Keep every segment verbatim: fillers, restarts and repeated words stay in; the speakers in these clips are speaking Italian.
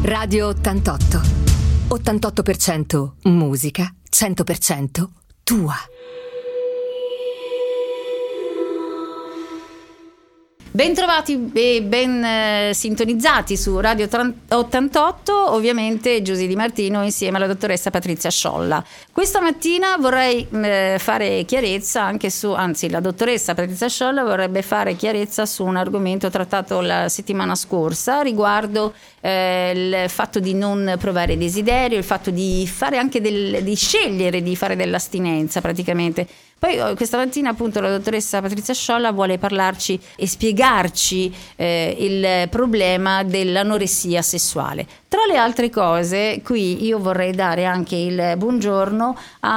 Radio ottantotto. ottantotto per cento musica, cento per cento tua. Bentrovati e ben eh, sintonizzati su Radio ottantotto, ovviamente Giusy Di Martino insieme alla dottoressa Patrizia Sciolla. Questa mattina vorrei eh, fare chiarezza anche su, anzi la dottoressa Patrizia Sciolla vorrebbe fare chiarezza su un argomento trattato la settimana scorsa riguardo eh, il fatto di non provare desiderio, il fatto di fare anche del, di scegliere di fare dell'astinenza praticamente. Poi questa mattina appunto la dottoressa Patrizia Sciolla vuole parlarci e spiegarci eh, il problema dell'anoressia sessuale. Tra le altre cose, qui io vorrei dare anche il buongiorno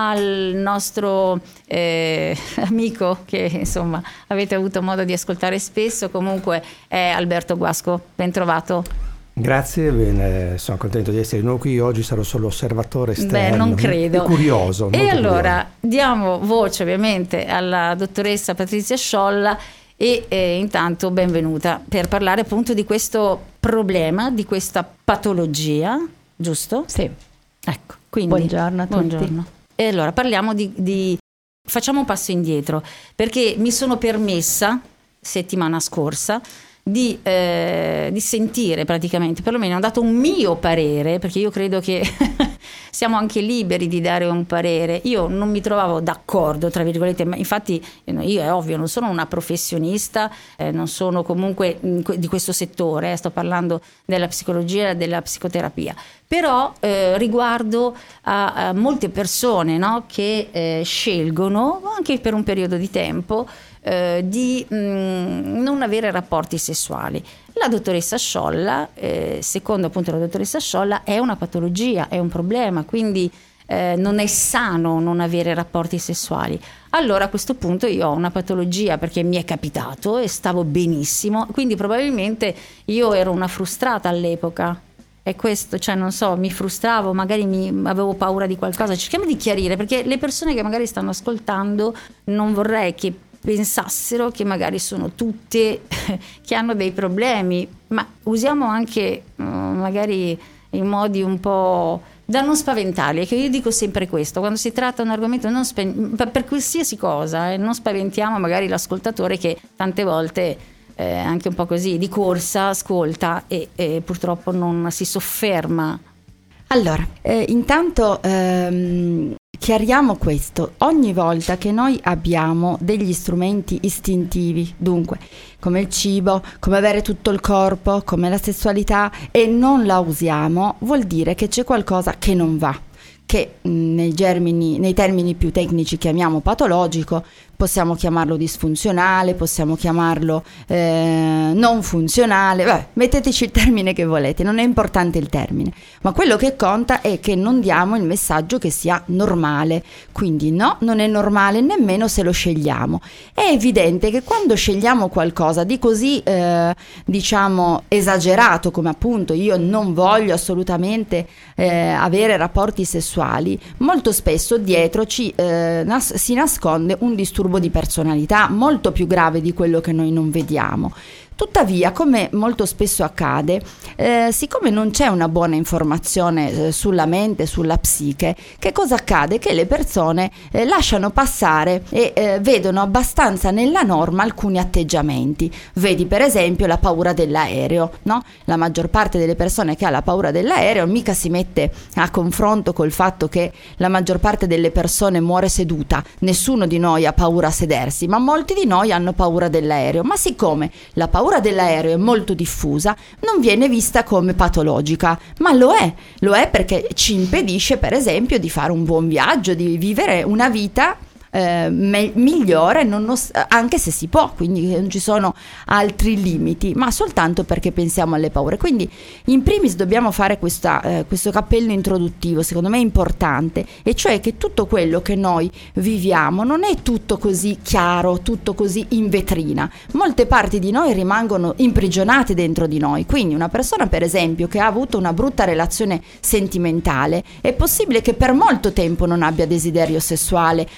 al nostro eh, amico che insomma avete avuto modo di ascoltare spesso, comunque è Alberto Guasco. Ben trovato. Grazie, bene, sono contento di essere di nuovo qui. Oggi sarò solo osservatore esterno. Beh, non credo. È curioso. E allora curioso. Diamo voce ovviamente alla dottoressa Patrizia Sciolla e eh, intanto benvenuta per parlare appunto di questo problema, di questa patologia, giusto? Sì. Ecco, quindi buongiorno a tutti. Buongiorno. E allora parliamo di, di facciamo un passo indietro, perché mi sono permessa settimana scorsa Di, eh, di sentire praticamente, perlomeno ho dato un mio parere, perché io credo che siamo anche liberi di dare un parere. Io non mi trovavo d'accordo, tra virgolette, ma infatti io è ovvio, non sono una professionista, eh, non sono comunque di questo settore, eh, sto parlando della psicologia e della psicoterapia, però eh, riguardo a, a molte persone, no, che eh, scelgono anche per un periodo di tempo Eh, di mh, non avere rapporti sessuali. La dottoressa Sciolla, eh, secondo appunto la dottoressa Sciolla, è una patologia, è un problema, quindi eh, non è sano non avere rapporti sessuali. Allora a questo punto io ho una patologia perché mi è capitato e stavo benissimo, quindi probabilmente io ero una frustrata all'epoca. È questo, cioè non so, mi frustravo, magari mi, avevo paura di qualcosa. Cerchiamo di chiarire, perché le persone che magari stanno ascoltando non vorrei che pensassero che magari sono tutte che hanno dei problemi, ma usiamo anche uh, magari in modi un po' da non spaventarli, che io dico sempre questo, quando si tratta di un argomento non spe- per qualsiasi cosa, eh, non spaventiamo magari l'ascoltatore che tante volte eh, anche un po' così di corsa ascolta e, e purtroppo non si sofferma. Allora, eh, intanto ehm, chiariamo questo: ogni volta che noi abbiamo degli strumenti istintivi, dunque come il cibo, come avere tutto il corpo, come la sessualità, e non la usiamo, vuol dire che c'è qualcosa che non va, che nei, germini, nei termini più tecnici chiamiamo patologico, possiamo chiamarlo disfunzionale, possiamo chiamarlo eh, non funzionale, vabbè, metteteci il termine che volete, non è importante il termine, ma quello che conta è che non diamo il messaggio che sia normale. Quindi no, non è normale nemmeno se lo scegliamo. È evidente che quando scegliamo qualcosa di così eh, diciamo esagerato, come appunto io non voglio assolutamente eh, avere rapporti sessuali, molto spesso dietro ci eh, nas- si nasconde un disturbo di personalità molto più grave di quello che noi non vediamo. Tuttavia, come molto spesso accade, eh, siccome non c'è una buona informazione eh, sulla mente, sulla psiche, che cosa accade? Che le persone eh, lasciano passare e eh, vedono abbastanza nella norma alcuni atteggiamenti. Vedi per esempio la paura dell'aereo, no? La maggior parte delle persone che ha la paura dell'aereo mica si mette a confronto col fatto che la maggior parte delle persone muore seduta. Nessuno di noi ha paura a sedersi, ma molti di noi hanno paura dell'aereo. Ma siccome la paura paura dell'aereo è molto diffusa, non viene vista come patologica, ma lo è, lo è perché ci impedisce per esempio di fare un buon viaggio, di vivere una vita eh, me- migliore, non nos- anche se si può, quindi non ci sono altri limiti, ma soltanto perché pensiamo alle paure. Quindi in primis dobbiamo fare questa, eh, questo cappello introduttivo, secondo me importante, e cioè che tutto quello che noi viviamo non è tutto così chiaro, tutto così in vetrina. Molte parti di noi rimangono imprigionate dentro di noi. Quindi una persona per esempio che ha avuto una brutta relazione sentimentale, è possibile che per molto tempo non abbia desiderio sessuale, anche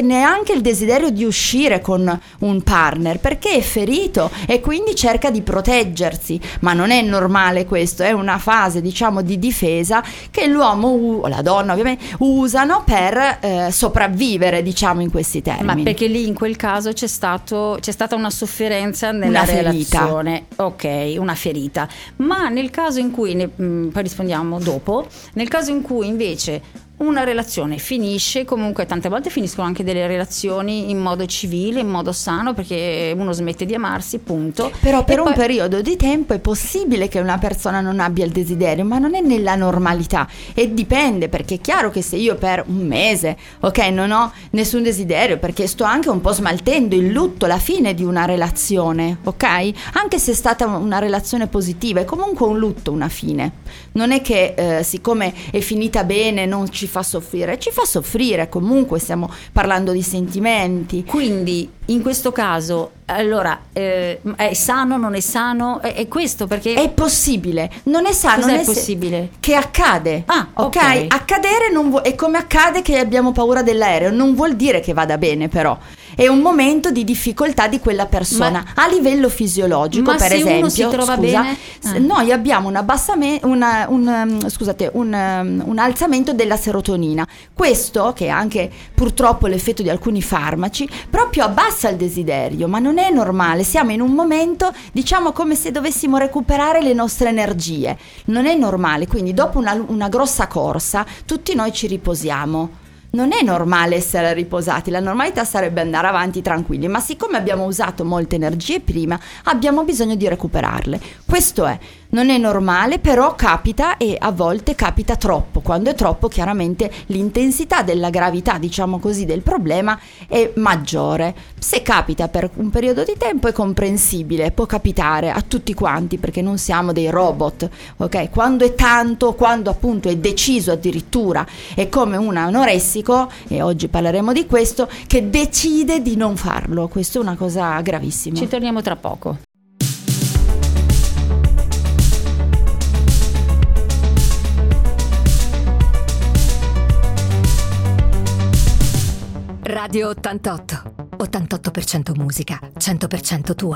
neanche il desiderio di uscire con un partner, perché è ferito e quindi cerca di proteggersi. Ma non è normale questo, è una fase, diciamo, di difesa che l'uomo o la donna ovviamente usano per eh, sopravvivere, diciamo, in questi termini. Ma perché lì in quel caso c'è stato c'è stata una sofferenza nella una relazione, ok, una ferita. Ma nel caso in cui ne, mh, poi rispondiamo dopo, nel caso in cui invece una relazione finisce, comunque tante volte finiscono anche delle relazioni in modo civile, in modo sano, perché uno smette di amarsi, punto. Però per e un poi... periodo di tempo è possibile che una persona non abbia il desiderio, ma non è nella normalità, e dipende, perché è chiaro che se io per un mese, ok, non ho nessun desiderio perché sto anche un po' smaltendo il lutto, la fine di una relazione, ok? Anche se è stata una relazione positiva, è comunque un lutto, una fine. Non è che eh, siccome è finita bene non ci fa soffrire, ci fa soffrire, comunque stiamo parlando di sentimenti. Quindi in questo caso allora eh, è sano, non è sano, è, è questo, perché è possibile, non è sano. Cos'è non è possibile? Se... che accade. Ah, ok, okay? Accadere non vu- è come accade che abbiamo paura dell'aereo, non vuol dire che vada bene, però è un momento di difficoltà di quella persona. Ma, a livello fisiologico, ma per se esempio, uno si trova scusa, bene, eh. noi abbiamo un abbassamento, una, un, scusate, un, un alzamento della serotonina. Questo, che è anche purtroppo l'effetto di alcuni farmaci, proprio abbassa il desiderio, ma non è normale. Siamo in un momento, diciamo, come se dovessimo recuperare le nostre energie. Non è normale, quindi dopo una, una grossa corsa tutti noi ci riposiamo. Non è normale essere riposati, la normalità sarebbe andare avanti tranquilli, ma siccome abbiamo usato molte energie prima, abbiamo bisogno di recuperarle. Questo è, non è normale, però capita, e a volte capita troppo. Quando è troppo, chiaramente l'intensità della gravità, diciamo così, del problema è maggiore. Se capita per un periodo di tempo è comprensibile, può capitare a tutti quanti, perché non siamo dei robot, ok? Quando è tanto, quando appunto è deciso addirittura, è come un anoressico, e oggi parleremo di questo, che decide di non farlo. Questo è una cosa gravissima. Ci torniamo tra poco. Radio ottantotto, ottantotto per cento musica, cento per cento tua.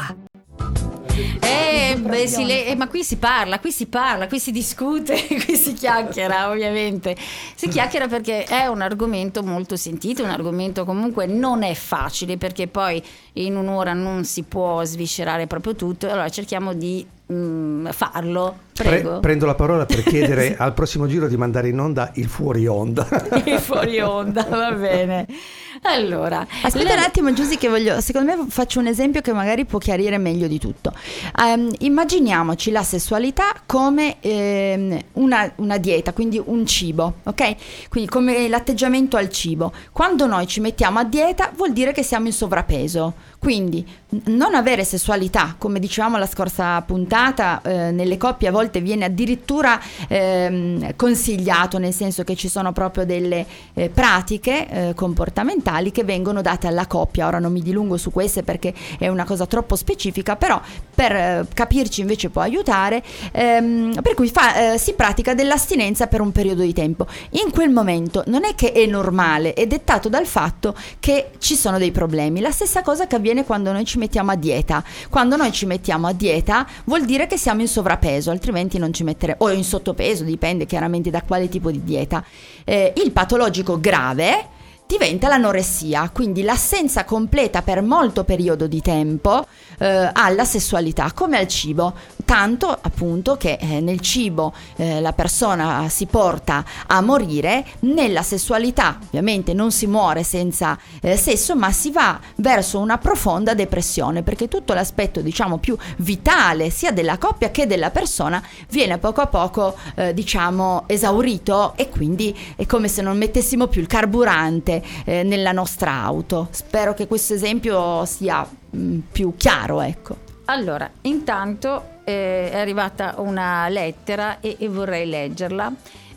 Eh, beh, si le, eh, ma qui si parla, qui si parla, qui si discute, qui si chiacchiera, ovviamente. Si chiacchiera perché è un argomento molto sentito, un argomento comunque non è facile, perché poi in un'ora non si può sviscerare proprio tutto, allora cerchiamo di mm, farlo. Prego. Pre- prendo la parola per chiedere al prossimo giro di mandare in onda il fuori onda. Il fuori onda, va bene. Allora, aspetta le... un attimo, Giusy, che voglio, secondo me faccio un esempio che magari può chiarire meglio di tutto. Um, immaginiamoci la sessualità come ehm, una, una dieta, quindi un cibo, ok? Quindi come l'atteggiamento al cibo. Quando noi ci mettiamo a dieta vuol dire che siamo in sovrappeso. Quindi non avere sessualità, come dicevamo la scorsa puntata, eh, nelle coppie a volte viene addirittura ehm, consigliato, nel senso che ci sono proprio delle eh, pratiche eh, comportamentali che vengono date alla coppia. Ora non mi dilungo su queste perché è una cosa troppo specifica, però per eh, capirci invece può aiutare, ehm, per cui fa, eh, si pratica dell'astinenza per un periodo di tempo. In quel momento non è che è normale, è dettato dal fatto che ci sono dei problemi. La stessa cosa che avviene quando noi ci mettiamo a dieta. Quando noi ci mettiamo a dieta vuol dire che siamo in sovrappeso, altrimenti non ci metteremo, o in sottopeso, dipende chiaramente da quale tipo di dieta. Eh, il patologico grave diventa l'anoressia, quindi l'assenza completa per molto periodo di tempo eh, alla sessualità, come al cibo, tanto appunto che eh, nel cibo eh, la persona si porta a morire, nella sessualità ovviamente non si muore senza eh, sesso, ma si va verso una profonda depressione, perché tutto l'aspetto, diciamo, più vitale sia della coppia che della persona viene poco a poco eh, diciamo esaurito, e quindi è come se non mettessimo più il carburante Eh, nella nostra auto. Spero che questo esempio sia mh, più chiaro, ecco. Allora, intanto eh, è arrivata una lettera e, e vorrei leggerla.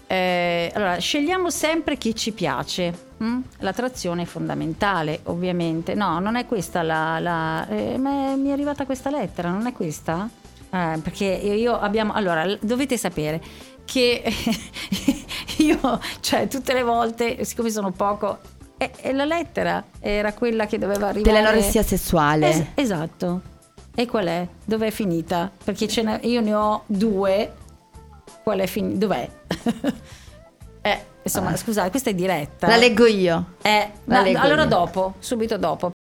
Eh, allora, scegliamo sempre chi ci piace. Hm? L'attrazione è fondamentale, ovviamente. No, non è questa la... la eh, ma mi è arrivata questa lettera, non è questa? Eh, perché io abbiamo... Allora, dovete sapere che io, cioè, tutte le volte, siccome sono poco e, e la lettera era quella che doveva arrivare. Dell'anoressia sessuale. Es- esatto. E qual è? Dov'è finita? Perché ce ne, io ne ho due. Qual è finita? Dov'è? eh, insomma, ah. scusate, questa è diretta. La leggo io. Eh, La no, leggo allora io. dopo, subito dopo.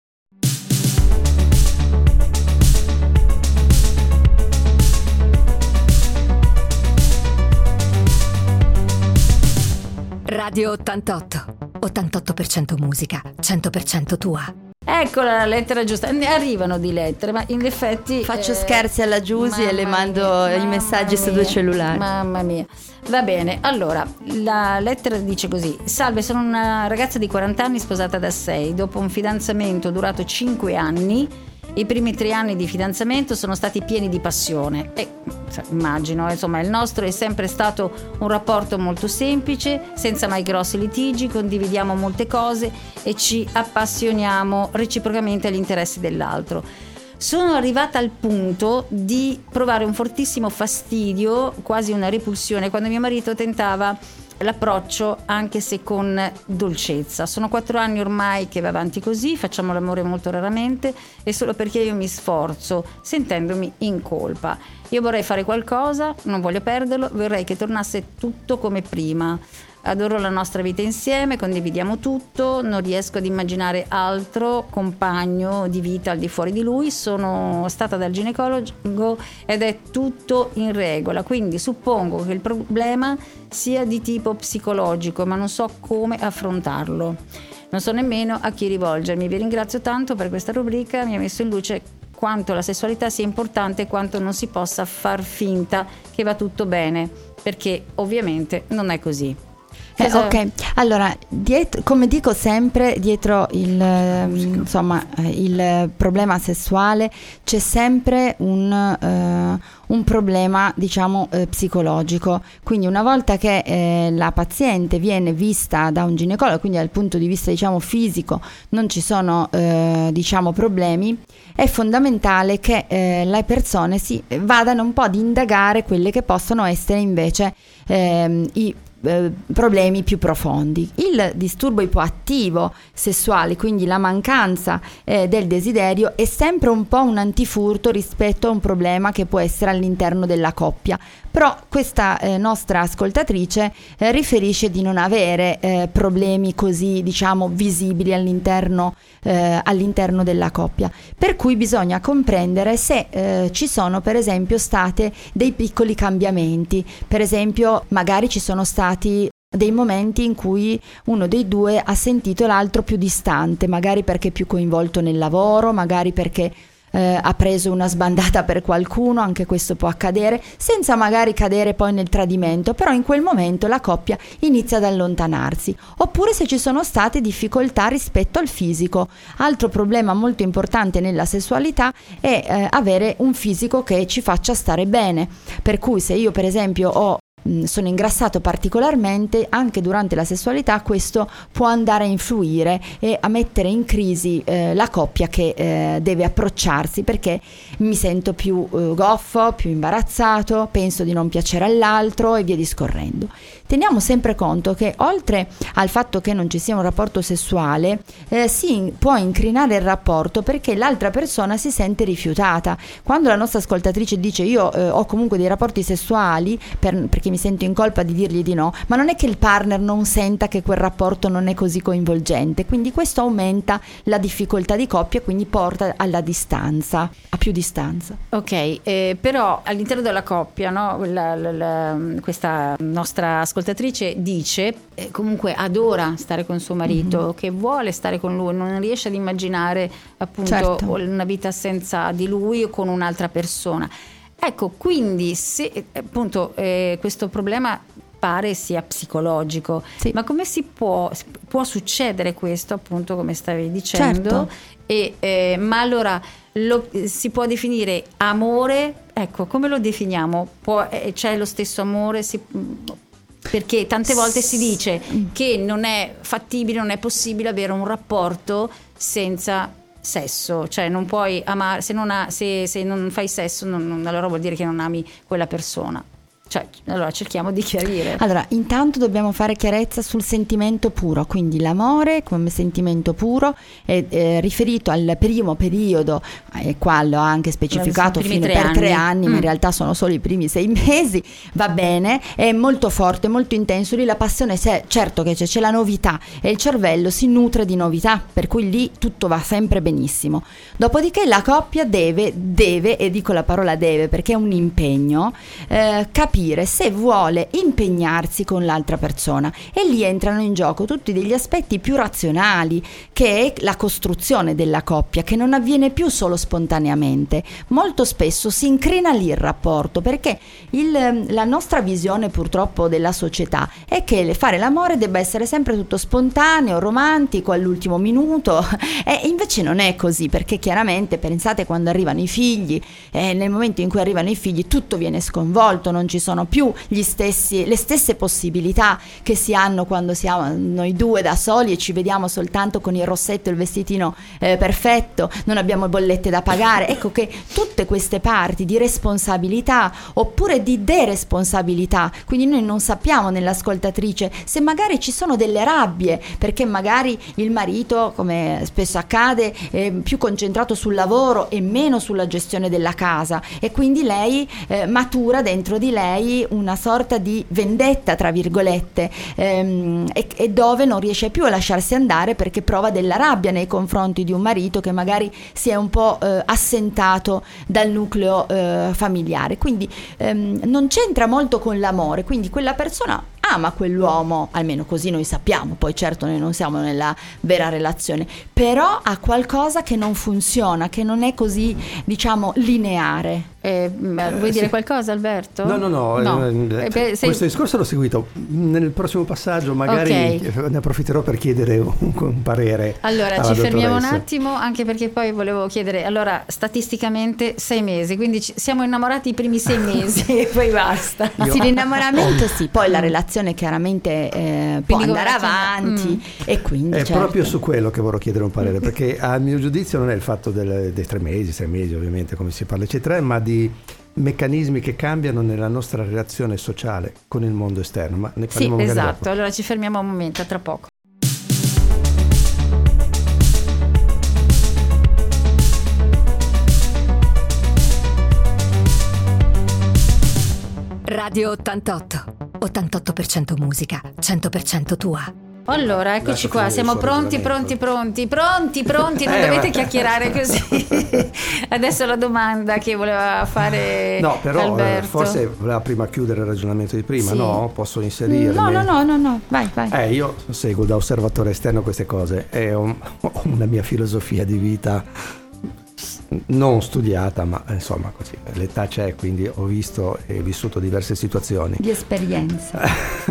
Radio ottantotto. ottantotto per cento musica, cento per cento tua. Eccola la lettera giusta. Ne arrivano di lettere, ma in effetti Faccio eh, scherzi alla Giusy e le mando mia, i messaggi su due cellulari. Mamma mia. Va bene, allora, la lettera dice così: salve, sono una ragazza di quaranta anni sposata da sei. Dopo un fidanzamento durato cinque anni, i primi tre anni di fidanzamento sono stati pieni di passione e immagino, insomma, il nostro è sempre stato un rapporto molto semplice, senza mai grossi litigi, condividiamo molte cose e ci appassioniamo reciprocamente agli interessi dell'altro. Sono arrivata al punto di provare un fortissimo fastidio, quasi una repulsione, quando mio marito tentava l'approccio, anche se con dolcezza. Sono quattro anni ormai che va avanti così, facciamo l'amore molto raramente e solo perché io mi sforzo, sentendomi in colpa. Io vorrei fare qualcosa, non voglio perderlo, vorrei che tornasse tutto come prima. Adoro la nostra vita insieme, condividiamo tutto, non riesco ad immaginare altro compagno di vita al di fuori di lui. Sono stata dal ginecologo ed è tutto in regola, quindi suppongo che il problema sia di tipo psicologico, ma non so come affrontarlo. Non so nemmeno a chi rivolgermi. Vi ringrazio tanto per questa rubrica, mi ha messo in luce quanto la sessualità sia importante e quanto non si possa far finta che va tutto bene, perché ovviamente non è così. Eh, ok, allora, dietro, come dico sempre, dietro il, insomma, il problema sessuale c'è sempre un, uh, un problema, diciamo, eh, psicologico. Quindi una volta che eh, la paziente viene vista da un ginecologo, quindi dal punto di vista, diciamo, fisico non ci sono, eh, diciamo, problemi, è fondamentale che eh, le persone si vadano un po' ad indagare quelle che possono essere invece eh, i Eh, problemi più profondi. Il disturbo ipoattivo sessuale, quindi la mancanza eh, del desiderio, è sempre un po' un antifurto rispetto a un problema che può essere all'interno della coppia. Però questa eh, nostra ascoltatrice eh, riferisce di non avere eh, problemi così, diciamo, visibili all'interno, eh, all'interno della coppia, per cui bisogna comprendere se eh, ci sono per esempio state dei piccoli cambiamenti. Per esempio magari ci sono stati dei momenti in cui uno dei due ha sentito l'altro più distante, magari perché più coinvolto nel lavoro, magari perché Eh, ha preso una sbandata per qualcuno, anche questo può accadere, senza magari cadere poi nel tradimento, però in quel momento la coppia inizia ad allontanarsi. Oppure se ci sono state difficoltà rispetto al fisico. Altro problema molto importante nella sessualità è eh, avere un fisico che ci faccia stare bene, per cui se io per esempio ho sono ingrassato particolarmente, anche durante la sessualità questo può andare a influire e a mettere in crisi eh, la coppia che eh, deve approcciarsi, perché mi sento più eh, goffo, più imbarazzato, penso di non piacere all'altro e via discorrendo. Teniamo sempre conto che oltre al fatto che non ci sia un rapporto sessuale, eh, si può incrinare il rapporto perché l'altra persona si sente rifiutata. Quando la nostra ascoltatrice dice io eh, ho comunque dei rapporti sessuali per, perché mi sento in colpa di dirgli di no, ma non è che il partner non senta che quel rapporto non è così coinvolgente, quindi questo aumenta la difficoltà di coppia e quindi porta alla distanza, a più distanza. Ok, eh, però all'interno della coppia, no, la, la, la, questa nostra ascoltatrice dice eh, comunque adora stare con suo marito, mm-hmm. che vuole stare con lui, non riesce ad immaginare appunto certo. una vita senza di lui o con un'altra persona. Ecco, quindi se appunto eh, questo problema pare sia psicologico, sì. ma come si può può succedere questo, appunto, come stavi dicendo? Certo. E, eh, ma allora lo, si può definire amore? Ecco, come lo definiamo? Può, eh, c'è lo stesso amore? Si, perché tante volte si dice che non è fattibile, non è possibile avere un rapporto senza sesso, cioè non puoi amare se non, ha, se, se non fai sesso non, non, allora vuol dire che non ami quella persona. Cioè, allora cerchiamo di chiarire. Allora, intanto dobbiamo fare chiarezza sul sentimento puro, quindi l'amore come sentimento puro è, è riferito al primo periodo, e qua l'ho anche specificato fino tre per anni. tre anni, mm. ma in realtà sono solo i primi sei mesi, va bene, è molto forte, molto intenso, lì la passione, se, certo che c'è, c'è la novità e il cervello si nutre di novità, per cui lì tutto va sempre benissimo. Dopodiché la coppia deve, deve, e dico la parola deve perché è un impegno, eh, capire se vuole impegnarsi con l'altra persona, e lì entrano in gioco tutti degli aspetti più razionali, che è la costruzione della coppia, che non avviene più solo spontaneamente, molto spesso si incrina lì il rapporto, perché il, la nostra visione purtroppo della società è che fare l'amore debba essere sempre tutto spontaneo, romantico, all'ultimo minuto, e invece non è così, perché chiaramente pensate quando arrivano i figli, eh, nel momento in cui arrivano i figli tutto viene sconvolto, non ci sono sono più gli stessi, le stesse possibilità che si hanno quando siamo noi due da soli e ci vediamo soltanto con il rossetto e il vestitino eh, perfetto, non abbiamo bollette da pagare. Ecco che tutte queste parti di responsabilità oppure di deresponsabilità, quindi noi non sappiamo nell'ascoltatrice se magari ci sono delle rabbie, perché magari il marito, come spesso accade, è più concentrato sul lavoro e meno sulla gestione della casa, e quindi lei eh, matura dentro di lei una sorta di vendetta tra virgolette, ehm, e, e dove non riesce più a lasciarsi andare perché prova della rabbia nei confronti di un marito che magari si è un po' eh, assentato dal nucleo eh, familiare, quindi ehm, non c'entra molto con l'amore, quindi quella persona ama quell'uomo, almeno così noi sappiamo, poi certo noi non siamo nella vera relazione, però ha qualcosa che non funziona, che non è così, diciamo, lineare. Eh, vuoi eh, dire sì. qualcosa, Alberto? No, no, no, no. Eh, Eh, beh, sei... questo discorso l'ho seguito. Nel prossimo passaggio magari okay. ne approfitterò per chiedere un, un parere. Allora alla ci fermiamo un dottoressa. attimo, anche perché poi volevo chiedere, allora statisticamente sei mesi, quindi ci, siamo innamorati i primi sei mesi e poi basta. Io- Sì, l'innamoramento sì, poi la relazione chiaramente eh, può Quindi andare come- avanti mm. e quindi È certo. proprio su quello che vorrei chiedere un parere, perché a mio giudizio non è il fatto del- dei tre mesi, sei mesi ovviamente, come si parla eccetera, ma di meccanismi che cambiano nella nostra relazione sociale con il mondo esterno. Ma ne Sì, parliamo magari esatto, dopo. allora ci fermiamo un momento, a tra poco. Radio ottantotto. ottantotto per cento musica, cento per cento tua. Allora, eccoci Lascia qua, finire siamo il suo pronti, ragionamento. pronti, pronti, pronti, pronti, non Eh, dovete ma- chiacchierare così. Adesso la domanda che voleva fare No, però eh, Alberto. forse voleva prima chiudere il ragionamento di prima, Sì. no? Posso inserire? No, no, no, no, no, vai, vai. Eh, io seguo da osservatore esterno queste cose, è un- ho una mia filosofia di vita s- non studiata, ma insomma così, l'età c'è, quindi ho visto e vissuto diverse situazioni. Di esperienza.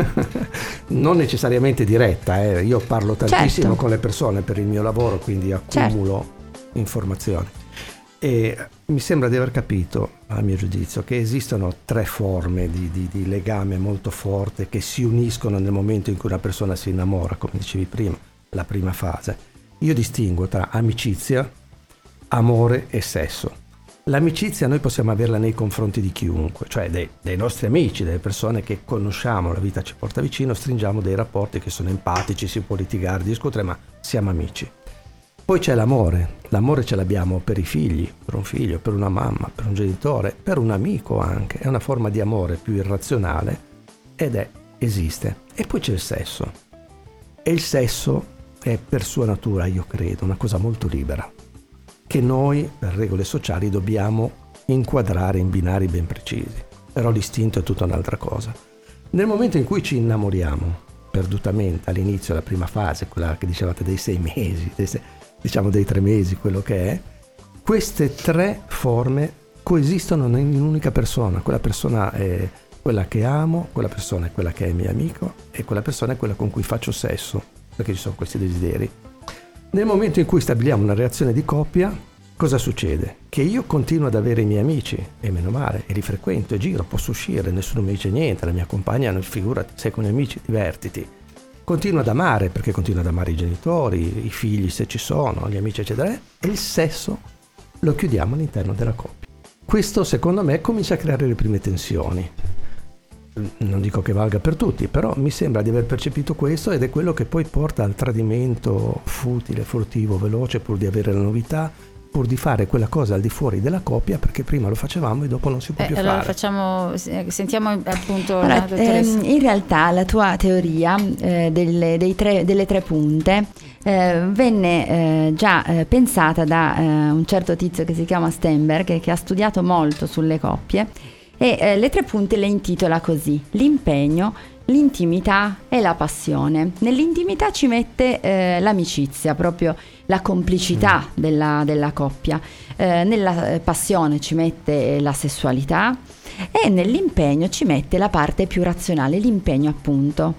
Non necessariamente diretta, eh. Io parlo tantissimo Certo. con le persone per il mio lavoro, quindi accumulo informazioni. E mi sembra di aver capito, a mio giudizio, che esistono tre forme di, di, di legame molto forte che si uniscono nel momento in cui una persona si innamora, come dicevi prima, la prima fase. Io distingo tra amicizia, amore e sesso. L'amicizia noi possiamo averla nei confronti di chiunque, cioè dei, dei nostri amici, delle persone che conosciamo, la vita ci porta vicino, stringiamo dei rapporti che sono empatici, si può litigare, discutere, ma siamo amici. Poi c'è l'amore, l'amore ce l'abbiamo per i figli, per un figlio, per una mamma, per un genitore, per un amico anche, è una forma di amore più irrazionale ed è, esiste. E poi c'è il sesso, e il sesso è per sua natura, io credo, una cosa molto libera, che noi per regole sociali dobbiamo inquadrare in binari ben precisi, però l'istinto è tutta un'altra cosa. Nel momento in cui ci innamoriamo perdutamente all'inizio, la prima fase, quella che dicevate dei sei mesi, dei sei, diciamo dei tre mesi, quello che è, queste tre forme coesistono in un'unica persona. Quella persona è quella che amo, quella persona è quella che è mio amico e quella persona è quella con cui faccio sesso, perché ci sono questi desideri. Nel momento in cui stabiliamo una relazione di coppia, cosa succede? Che io continuo ad avere i miei amici, e meno male, e li frequento, e giro, posso uscire, nessuno mi dice niente, la mia compagna, figurati, sei con gli amici, divertiti. Continuo ad amare, perché continuo ad amare i genitori, i figli se ci sono, gli amici eccetera, e il sesso lo chiudiamo all'interno della coppia. Questo secondo me comincia a creare le prime tensioni. non dico che valga per tutti, però mi sembra di aver percepito questo, ed è quello che poi porta al tradimento futile, furtivo, veloce, pur di avere la novità, pur di fare quella cosa al di fuori della coppia, perché prima lo facevamo e dopo non si può eh, più allora fare. Facciamo, sentiamo appunto allora, la dottoressa. Ehm, in realtà la tua teoria eh, delle, dei tre, delle tre punte eh, venne eh, già eh, pensata da eh, un certo tizio che si chiama Sternberg, che, che ha studiato molto sulle coppie, e eh, le tre punte le intitola così: l'impegno, l'intimità e la passione. Nell'intimità ci mette eh, l'amicizia, proprio la complicità mm. della, della coppia, eh, nella passione ci mette la sessualità, e nell'impegno ci mette la parte più razionale, l'impegno appunto.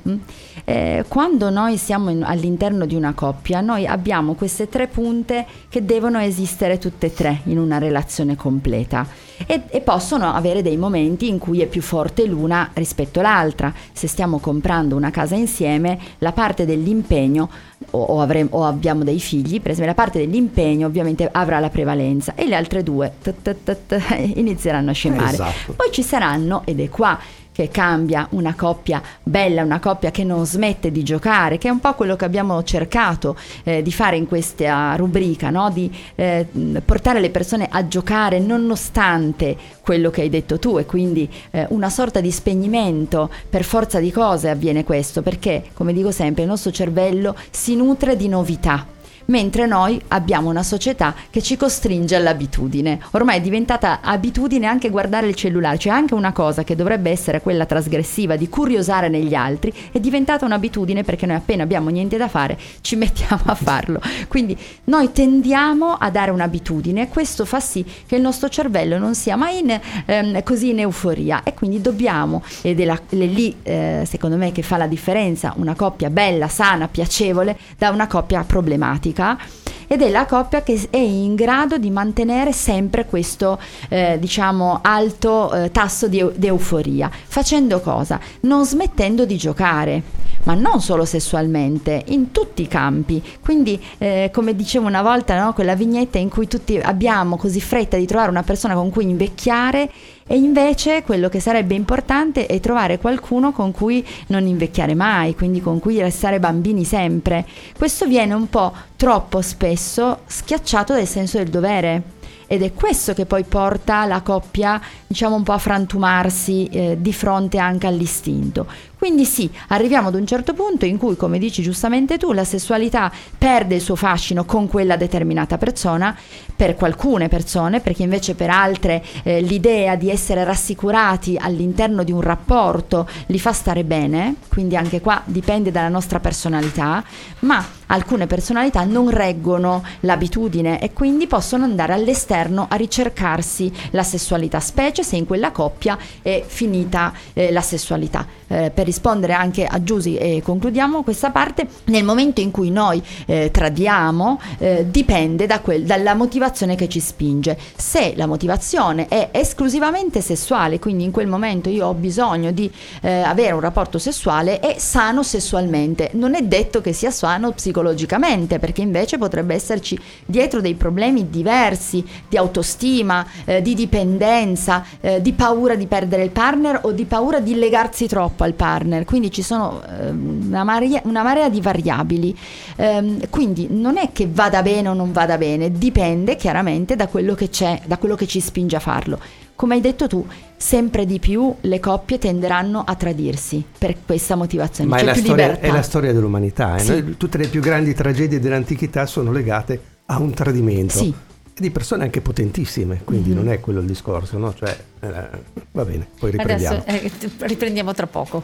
Eh, quando noi siamo in, all'interno di una coppia, noi abbiamo queste tre punte che devono esistere tutte e tre in una relazione completa, e, e possono avere dei momenti in cui è più forte l'una rispetto all'altra. Se stiamo comprando una casa insieme, la parte dell'impegno, o, o, avremo, o abbiamo dei figli, per esempio, la parte dell'impegno ovviamente avrà la prevalenza, e le altre due tut, tut, tut, inizieranno a scemare. Esatto. Poi ci saranno, ed è qua che cambia una coppia bella, una coppia che non smette di giocare, che è un po' quello che abbiamo cercato eh, di fare in questa rubrica, no? Di eh, portare le persone a giocare nonostante quello che hai detto tu, e quindi eh, una sorta di spegnimento per forza di cose avviene questo, perché, come dico sempre, il nostro cervello si nutre di novità, mentre noi abbiamo una società che ci costringe all'abitudine. Ormai è diventata abitudine anche guardare il cellulare, cioè anche una cosa che dovrebbe essere quella trasgressiva di curiosare negli altri è diventata un'abitudine, perché noi appena abbiamo niente da fare ci mettiamo a farlo. Quindi noi tendiamo a dare un'abitudine, e questo fa sì che il nostro cervello non sia mai in, ehm, così in euforia, e quindi dobbiamo, ed è, la, è lì eh, secondo me che fa la differenza una coppia bella, sana, piacevole da una coppia problematica, ed è la coppia che è in grado di mantenere sempre questo eh, diciamo alto eh, tasso di, di euforia. Facendo cosa? Non smettendo di giocare, ma non solo sessualmente, in tutti i campi. Quindi eh, come dicevo una volta, no, quella vignetta in cui tutti abbiamo così fretta di trovare una persona con cui invecchiare, e invece quello che sarebbe importante è trovare qualcuno con cui non invecchiare mai, quindi con cui restare bambini sempre. Questo viene un po' troppo spesso schiacciato dal senso del dovere, ed è questo che poi porta la coppia, diciamo, un po' a frantumarsi eh, di fronte anche all'istinto. Quindi sì, arriviamo ad un certo punto in cui, come dici giustamente tu, la sessualità perde il suo fascino con quella determinata persona, per alcune persone, perché invece per altre eh, l'idea di essere rassicurati all'interno di un rapporto li fa stare bene, quindi anche qua dipende dalla nostra personalità, ma alcune personalità non reggono l'abitudine e quindi possono andare all'esterno a ricercarsi la sessualità, specie se in quella coppia è finita eh, la sessualità. Eh, per rispondere anche a Giusy, e concludiamo questa parte, nel momento in cui noi eh, tradiamo eh, dipende da quel, dalla motivazione che ci spinge. Se la motivazione è esclusivamente sessuale, quindi in quel momento io ho bisogno di eh, avere un rapporto sessuale, è sano sessualmente, non è detto che sia sano psicologicamente, perché invece potrebbe esserci dietro dei problemi diversi di autostima, eh, di dipendenza, eh, di paura di perdere il partner o di paura di legarsi troppo al partner, quindi ci sono eh, una, marea, una marea di variabili, ehm, quindi non è che vada bene o non vada bene, dipende chiaramente da quello che c'è, da quello che ci spinge a farlo. Come hai detto tu, sempre di più le coppie tenderanno a tradirsi per questa motivazione. Ma c'è è, la più storia, libertà. è la storia dell'umanità, eh? Sì. Noi, tutte le più grandi tragedie dell'antichità sono legate a un tradimento. Sì. Di persone anche potentissime, quindi mm-hmm. non è quello il discorso, no? Cioè, eh, va bene, poi riprendiamo. Adesso eh, riprendiamo tra poco.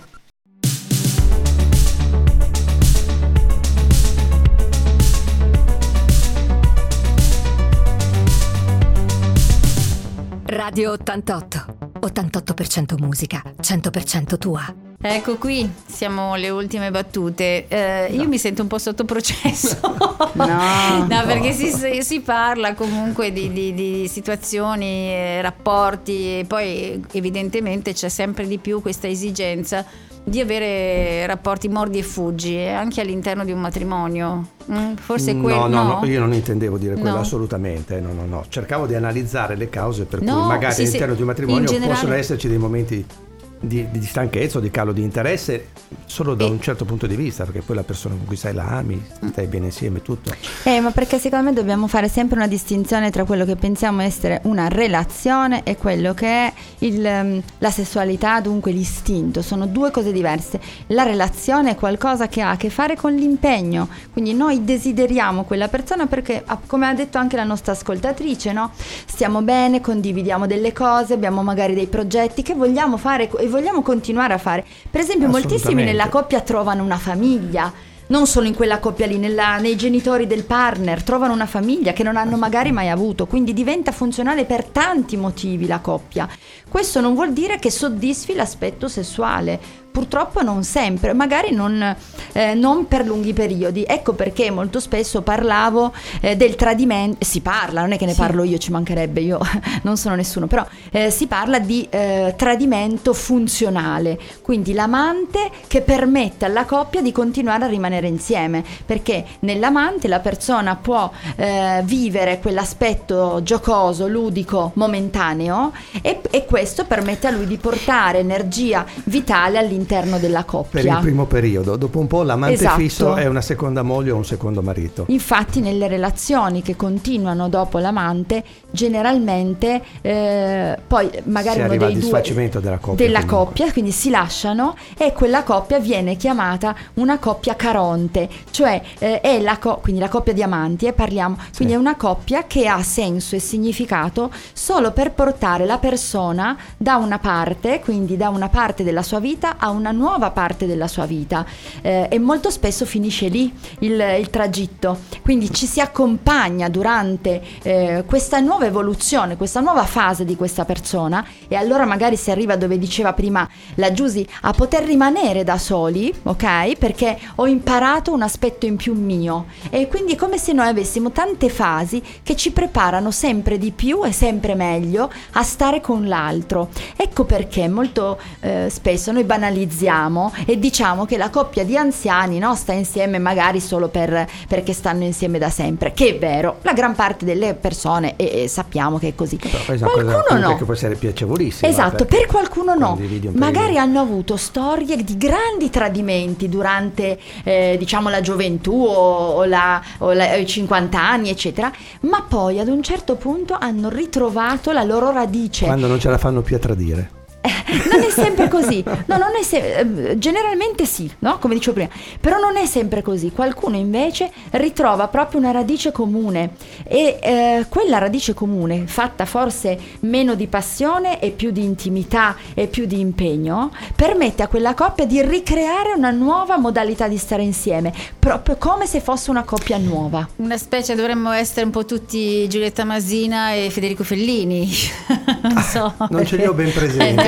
Radio ottantotto, ottantotto per cento musica, cento per cento tua. Ecco qui, siamo alle ultime battute. Eh, io no. mi sento un po' sotto processo. no, no, perché si, si parla comunque di, di, di situazioni, eh, rapporti, e poi evidentemente c'è sempre di più questa esigenza di avere rapporti mordi e fuggi anche all'interno di un matrimonio. Mm, forse quello. No, no, no, no, io non intendevo dire quello, no. assolutamente. No, no, no. Cercavo di analizzare le cause per no, cui magari sì, all'interno sì, di un matrimonio generale... possono esserci dei momenti di, di stanchezza o di calo di interesse solo da e... un certo punto di vista, perché poi la persona con cui stai la ami, stai bene insieme, tutto. Eh, ma perché secondo me dobbiamo fare sempre una distinzione tra quello che pensiamo essere una relazione e quello che è il, la sessualità, dunque l'istinto. Sono due cose diverse. La relazione è qualcosa che ha a che fare con l'impegno, quindi noi desideriamo quella persona perché, come ha detto anche la nostra ascoltatrice, no? Stiamo bene, condividiamo delle cose, abbiamo magari dei progetti che vogliamo fare e vogliamo continuare a fare. Per esempio, moltissimi nella coppia trovano una famiglia, non solo in quella coppia lì, nella, nei genitori del partner, trovano una famiglia che non hanno magari mai avuto, quindi diventa funzionale per tanti motivi la coppia. Questo non vuol dire che soddisfi l'aspetto sessuale. Purtroppo non sempre, magari non, eh, non per lunghi periodi. Ecco perché molto spesso parlavo eh, del tradimento, si parla, non è che ne sì. parlo io, ci mancherebbe, io non sono nessuno, però eh, si parla di eh, tradimento funzionale, quindi l'amante che permette alla coppia di continuare a rimanere insieme, perché nell'amante la persona può eh, vivere quell'aspetto giocoso, ludico, momentaneo e, e questo permette a lui di portare energia vitale all'interno all'interno della coppia. Per il primo periodo, dopo un po' l'amante esatto. fisso è una seconda moglie o un secondo marito. Infatti nelle relazioni che continuano dopo l'amante generalmente eh, poi magari si uno arriva dei al disfacimento due della coppia, della comunque. coppia, quindi si lasciano e quella coppia viene chiamata una coppia caronte, cioè eh, è la co- quindi la coppia di amanti, eh, parliamo, quindi sì. è una coppia che ha senso e significato solo per portare la persona da una parte, quindi da una parte della sua vita a una nuova parte della sua vita eh, e molto spesso finisce lì il, il tragitto, quindi ci si accompagna durante eh, questa nuova evoluzione, questa nuova fase di questa persona e allora magari si arriva dove diceva prima la Giusy a poter rimanere da soli, ok? Perché ho imparato un aspetto in più mio e quindi è come se noi avessimo tante fasi che ci preparano sempre di più e sempre meglio a stare con l'altro. Ecco perché molto eh, spesso noi banalizziamo e diciamo che la coppia di anziani no, sta insieme magari solo per, perché stanno insieme da sempre, che è vero, la gran parte delle persone e, e sappiamo che è così. Però qualcuno no, che può essere piacevolissimo. Esatto, per qualcuno no, magari hanno avuto storie di grandi tradimenti durante eh, diciamo la gioventù o, o, la, o la, i cinquanta anni eccetera, ma poi ad un certo punto hanno ritrovato la loro radice quando non ce la fanno più a tradire. Non è sempre così, no, non è se- generalmente sì, no? Come dicevo prima, però non è sempre così. Qualcuno invece ritrova proprio una radice comune e eh, quella radice comune, fatta forse meno di passione e più di intimità e più di impegno, permette a quella coppia di ricreare una nuova modalità di stare insieme, proprio come se fosse una coppia nuova. Una specie, dovremmo essere un po' tutti Giulietta Masina e Federico Fellini. Non so. Ah, non ce li ho ben presenti. Eh,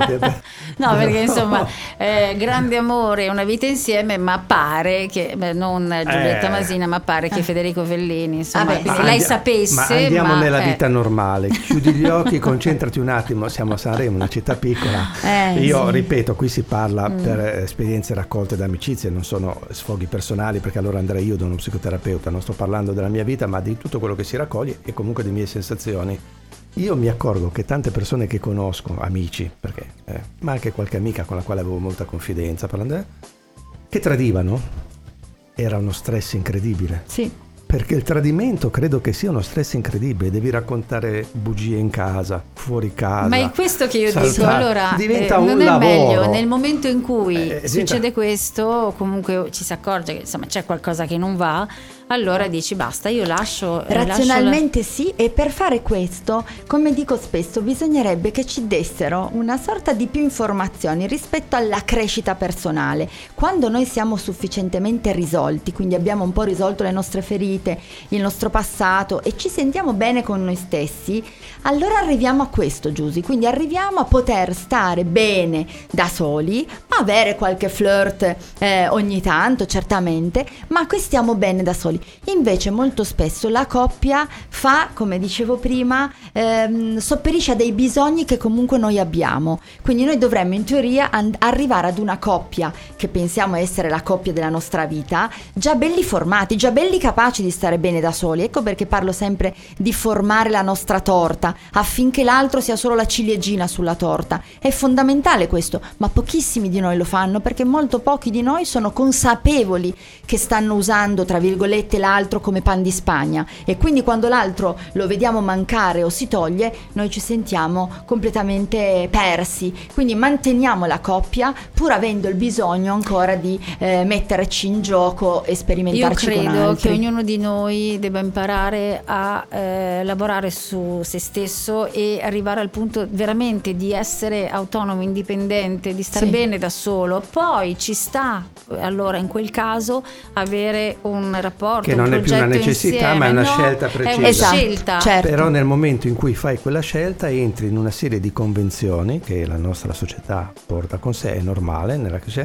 no, perché insomma eh, grande amore, una vita insieme, ma pare che beh, non Giulietta eh. Masina, ma pare che Federico Fellini, insomma, Vabbè, se sì. lei Andi- sapesse. ma andiamo ma, nella eh. vita normale, chiudi gli occhi, concentrati un attimo, siamo a Sanremo, una città piccola. Eh, Io sì. ripeto, qui si parla Mm. per esperienze raccolte da amicizie, non sono sfoghi personali, perché allora andrei io da uno psicoterapeuta, non sto parlando della mia vita, ma di tutto quello che si raccoglie e comunque delle mie sensazioni. Io mi accorgo che tante persone che conosco, amici, perché, eh, ma anche qualche amica con la quale avevo molta confidenza, parlando, eh, che tradivano, era uno stress incredibile. Sì. Perché il tradimento credo che sia uno stress incredibile, devi raccontare bugie in casa, fuori casa. Ma è questo che io saltare. dico, allora diventa eh, un non è lavoro. meglio nel momento in cui Eh, succede diventa... questo, comunque ci si accorge che insomma c'è qualcosa che non va, allora dici basta, io lascio. Razionalmente lascio sì, e per fare questo, come dico spesso, bisognerebbe che ci dessero una sorta di più informazioni rispetto alla crescita personale. Quando noi siamo sufficientemente risolti, quindi abbiamo un po' risolto le nostre ferite, il nostro passato e ci sentiamo bene con noi stessi, allora arriviamo a questo, Giusy, quindi arriviamo a poter stare bene da soli, avere qualche flirt eh, ogni tanto, certamente, ma qui stiamo bene da soli. Invece molto spesso la coppia fa, come dicevo prima, ehm, sopperisce a dei bisogni che comunque noi abbiamo. Quindi noi dovremmo in teoria and- arrivare ad una coppia che pensiamo essere la coppia della nostra vita, già belli formati, già belli capaci di stare bene da soli. Ecco perché parlo sempre di formare la nostra torta, affinché l'altro sia solo la ciliegina sulla torta. È fondamentale questo, ma pochissimi di noi lo fanno, perché molto pochi di noi sono consapevoli che stanno usando, tra virgolette, l'altro come pan di Spagna, e quindi quando l'altro lo vediamo mancare o si toglie, noi ci sentiamo completamente persi. Quindi manteniamo la coppia pur avendo il bisogno ancora di eh, metterci in gioco e sperimentarci con altri. Io credo che ognuno di noi debba imparare a eh, lavorare su se stesso e arrivare al punto veramente di essere autonomo, indipendente, di star Sì. bene da solo. Poi ci sta, allora in quel caso, avere un rapporto, che non un è più una progetto necessità, insieme. ma è una No, scelta è precisa. una Esatto, scelta. certo. Però nel momento in cui fai quella scelta entri in una serie di convenzioni che la nostra società porta con sé, è normale, nella che c'è,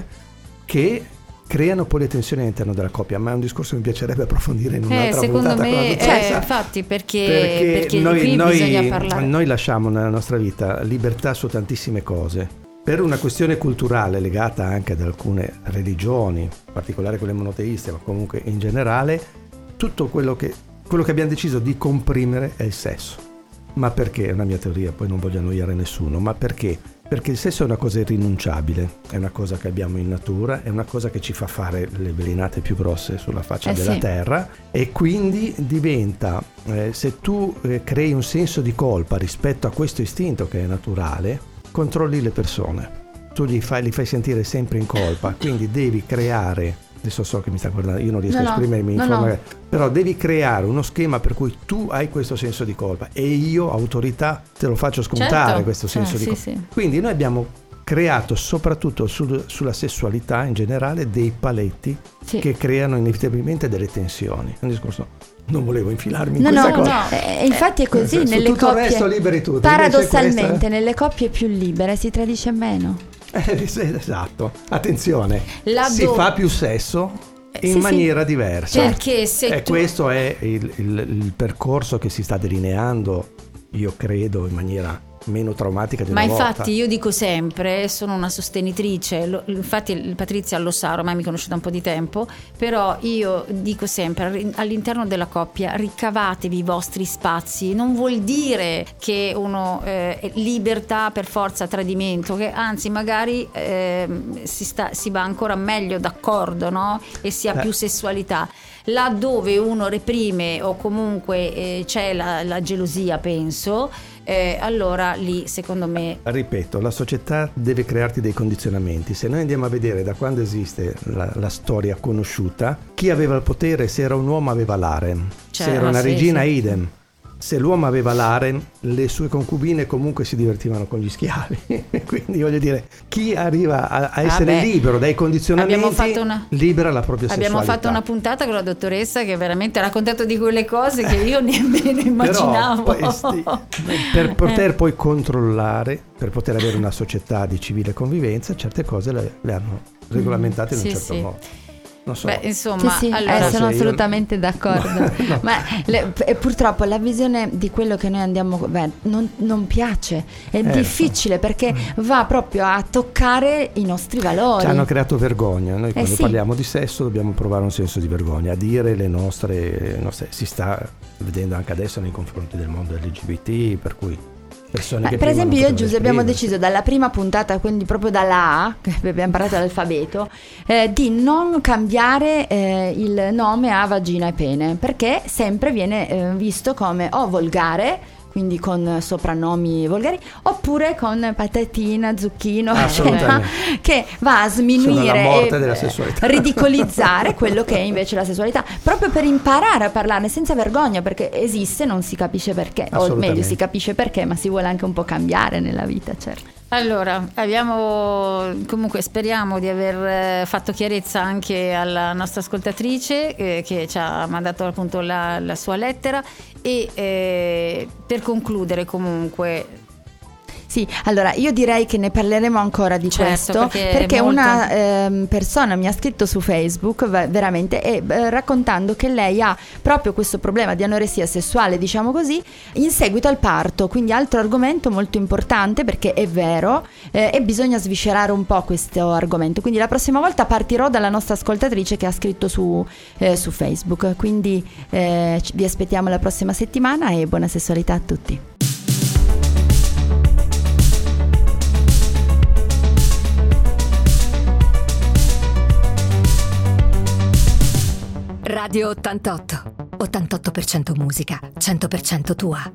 che creano poi le tensioni all'interno della coppia. Ma è un discorso che mi piacerebbe approfondire in Eh, un'altra secondo puntata con la me, dottoressa. eh, infatti, perché, perché, perché noi, qui noi, bisogna parlare. noi lasciamo nella nostra vita libertà su tantissime cose. Per una questione culturale legata anche ad alcune religioni, in particolare quelle monoteiste, ma comunque in generale, tutto quello che, quello che abbiamo deciso di comprimere è il sesso. Ma perché? È una mia teoria, poi non voglio annoiare nessuno, ma perché? Perché il sesso è una cosa irrinunciabile, è una cosa che abbiamo in natura, è una cosa che ci fa fare le velinate più grosse sulla faccia Eh della sì. terra, e quindi diventa, eh, se tu eh, crei un senso di colpa rispetto a questo istinto che è naturale, controlli le persone, tu gli fai, li fai sentire sempre in colpa, quindi devi creare, adesso so che mi sta guardando, io non riesco No, a no, esprimermi in no, forma, no. però devi creare uno schema per cui tu hai questo senso di colpa e io, autorità, te lo faccio scontare, Certo. questo senso Eh, di sì, colpa. sì. Quindi noi abbiamo creato, soprattutto sul- sulla sessualità in generale, dei paletti Sì. che creano inevitabilmente delle tensioni. È un discorso, non volevo infilarmi in No, questa no, cosa. no. eh, infatti è così, Su nelle tutto il coppie, resto liberi tutti. paradossalmente, Invece questa- nelle coppie più libere si tradisce meno. Eh, sì, esatto, attenzione, Laddove- si fa più sesso in sì, maniera diversa. Perché se E tu- questo è il, il- il percorso che si sta delineando, io credo, in maniera meno traumatica di Ma una volta. infatti io dico sempre, sono una sostenitrice, lo- infatti Patrizia lo sa, ormai mi è conosciuta un po' di tempo, però io dico sempre, arri- all'interno della coppia ricavatevi i vostri spazi, non vuol dire che uno eh, è libertà per forza tradimento, che anzi magari ehm, si, sta, si va ancora meglio d'accordo, no? E si ha Eh. più sessualità. Laddove uno reprime o comunque eh, c'è la, la gelosia, penso, eh, allora lì secondo me Ripeto, la società deve crearti dei condizionamenti. Se noi andiamo a vedere da quando esiste la, la storia conosciuta, chi aveva il potere, se era un uomo aveva l'harem, Cioè, se era ah, una sì, regina sì. idem. Se l'uomo aveva l'harem, le sue concubine comunque si divertivano con gli schiavi. Quindi voglio dire, chi arriva a, a essere Ah, beh. libero dai condizionamenti, Abbiamo fatto una- libera la propria abbiamo sessualità. fatto una puntata con la dottoressa che veramente ha raccontato di quelle cose che io nemmeno immaginavo. Però, poi, sti- per poter poi controllare, per poter avere una società di civile convivenza, certe cose le, le hanno regolamentate in un Sì, certo sì. modo. Non so. Beh, Sì, insomma, sì, allora, eh, sono Forse io- assolutamente d'accordo. No, no. Ma le- e purtroppo la visione di quello che noi andiamo beh, non, non piace, è Eh, difficile perché va proprio a toccare i nostri valori. Ci hanno creato vergogna. Noi quando sì. parliamo di sesso dobbiamo provare un senso di vergogna, a dire le nostre, le nostre- si sta vedendo anche adesso nei confronti del mondo L G B T, per cui persone Ma che per prima non esempio io e potevano Giuse abbiamo esprimersi. deciso dalla prima puntata, quindi proprio dalla A, che abbiamo parlato l'alfabeto, eh, di non cambiare eh, il nome a vagina e pene, perché sempre viene eh, visto come o volgare, quindi con soprannomi volgari, oppure con patatina, zucchino, eccetera, Assolutamente. che va a Sono sminuire la morte e della eh, sessualità. ridicolizzare quello che è invece la sessualità, proprio per imparare a parlarne senza vergogna, perché esiste, non si capisce perché, o Assolutamente. meglio si capisce perché, ma si vuole anche un po' cambiare nella vita, certo. Allora, abbiamo comunque speriamo di aver eh, fatto chiarezza anche alla nostra ascoltatrice eh, che ci ha mandato appunto la, la sua lettera e eh, per concludere comunque Sì, allora io direi che ne parleremo ancora di certo, questo, perché, perché molto... una ehm, persona mi ha scritto su Facebook va- veramente e, eh, raccontando che lei ha proprio questo problema di anoressia sessuale, diciamo così, in seguito al parto, quindi altro argomento molto importante, perché è vero, eh, e bisogna sviscerare un po' questo argomento. Quindi la prossima volta partirò dalla nostra ascoltatrice che ha scritto su, eh, su Facebook, quindi eh, vi aspettiamo la prossima settimana e buona sessualità a tutti. Radio ottantotto, ottantotto per cento musica, cento per cento tua.